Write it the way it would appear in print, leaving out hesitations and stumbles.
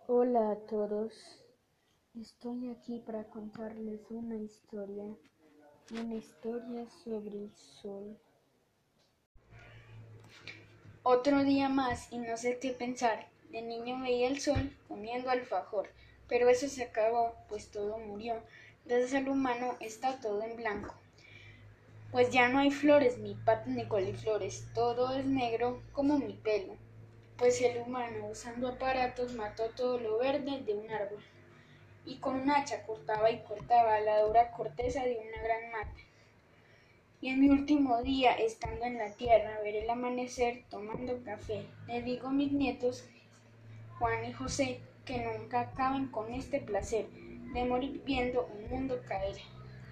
Hola a todos, estoy aquí para contarles una historia sobre el sol. Otro día más y no sé qué pensar. De niño veía el sol comiendo alfajor, pero eso se acabó, pues todo murió. Gracias al humano está todo en blanco. Pues ya no hay flores, ni patos ni coliflores, todo es negro como mi pelo. Pues el humano, usando aparatos, mató todo lo verde de un árbol. Y con un hacha cortaba y cortaba la dura corteza de una gran mata. Y en mi último día, estando en la tierra, veré el amanecer tomando café. Le digo a mis nietos, Juan y José, que nunca acaben con este placer de morir viendo un mundo caer.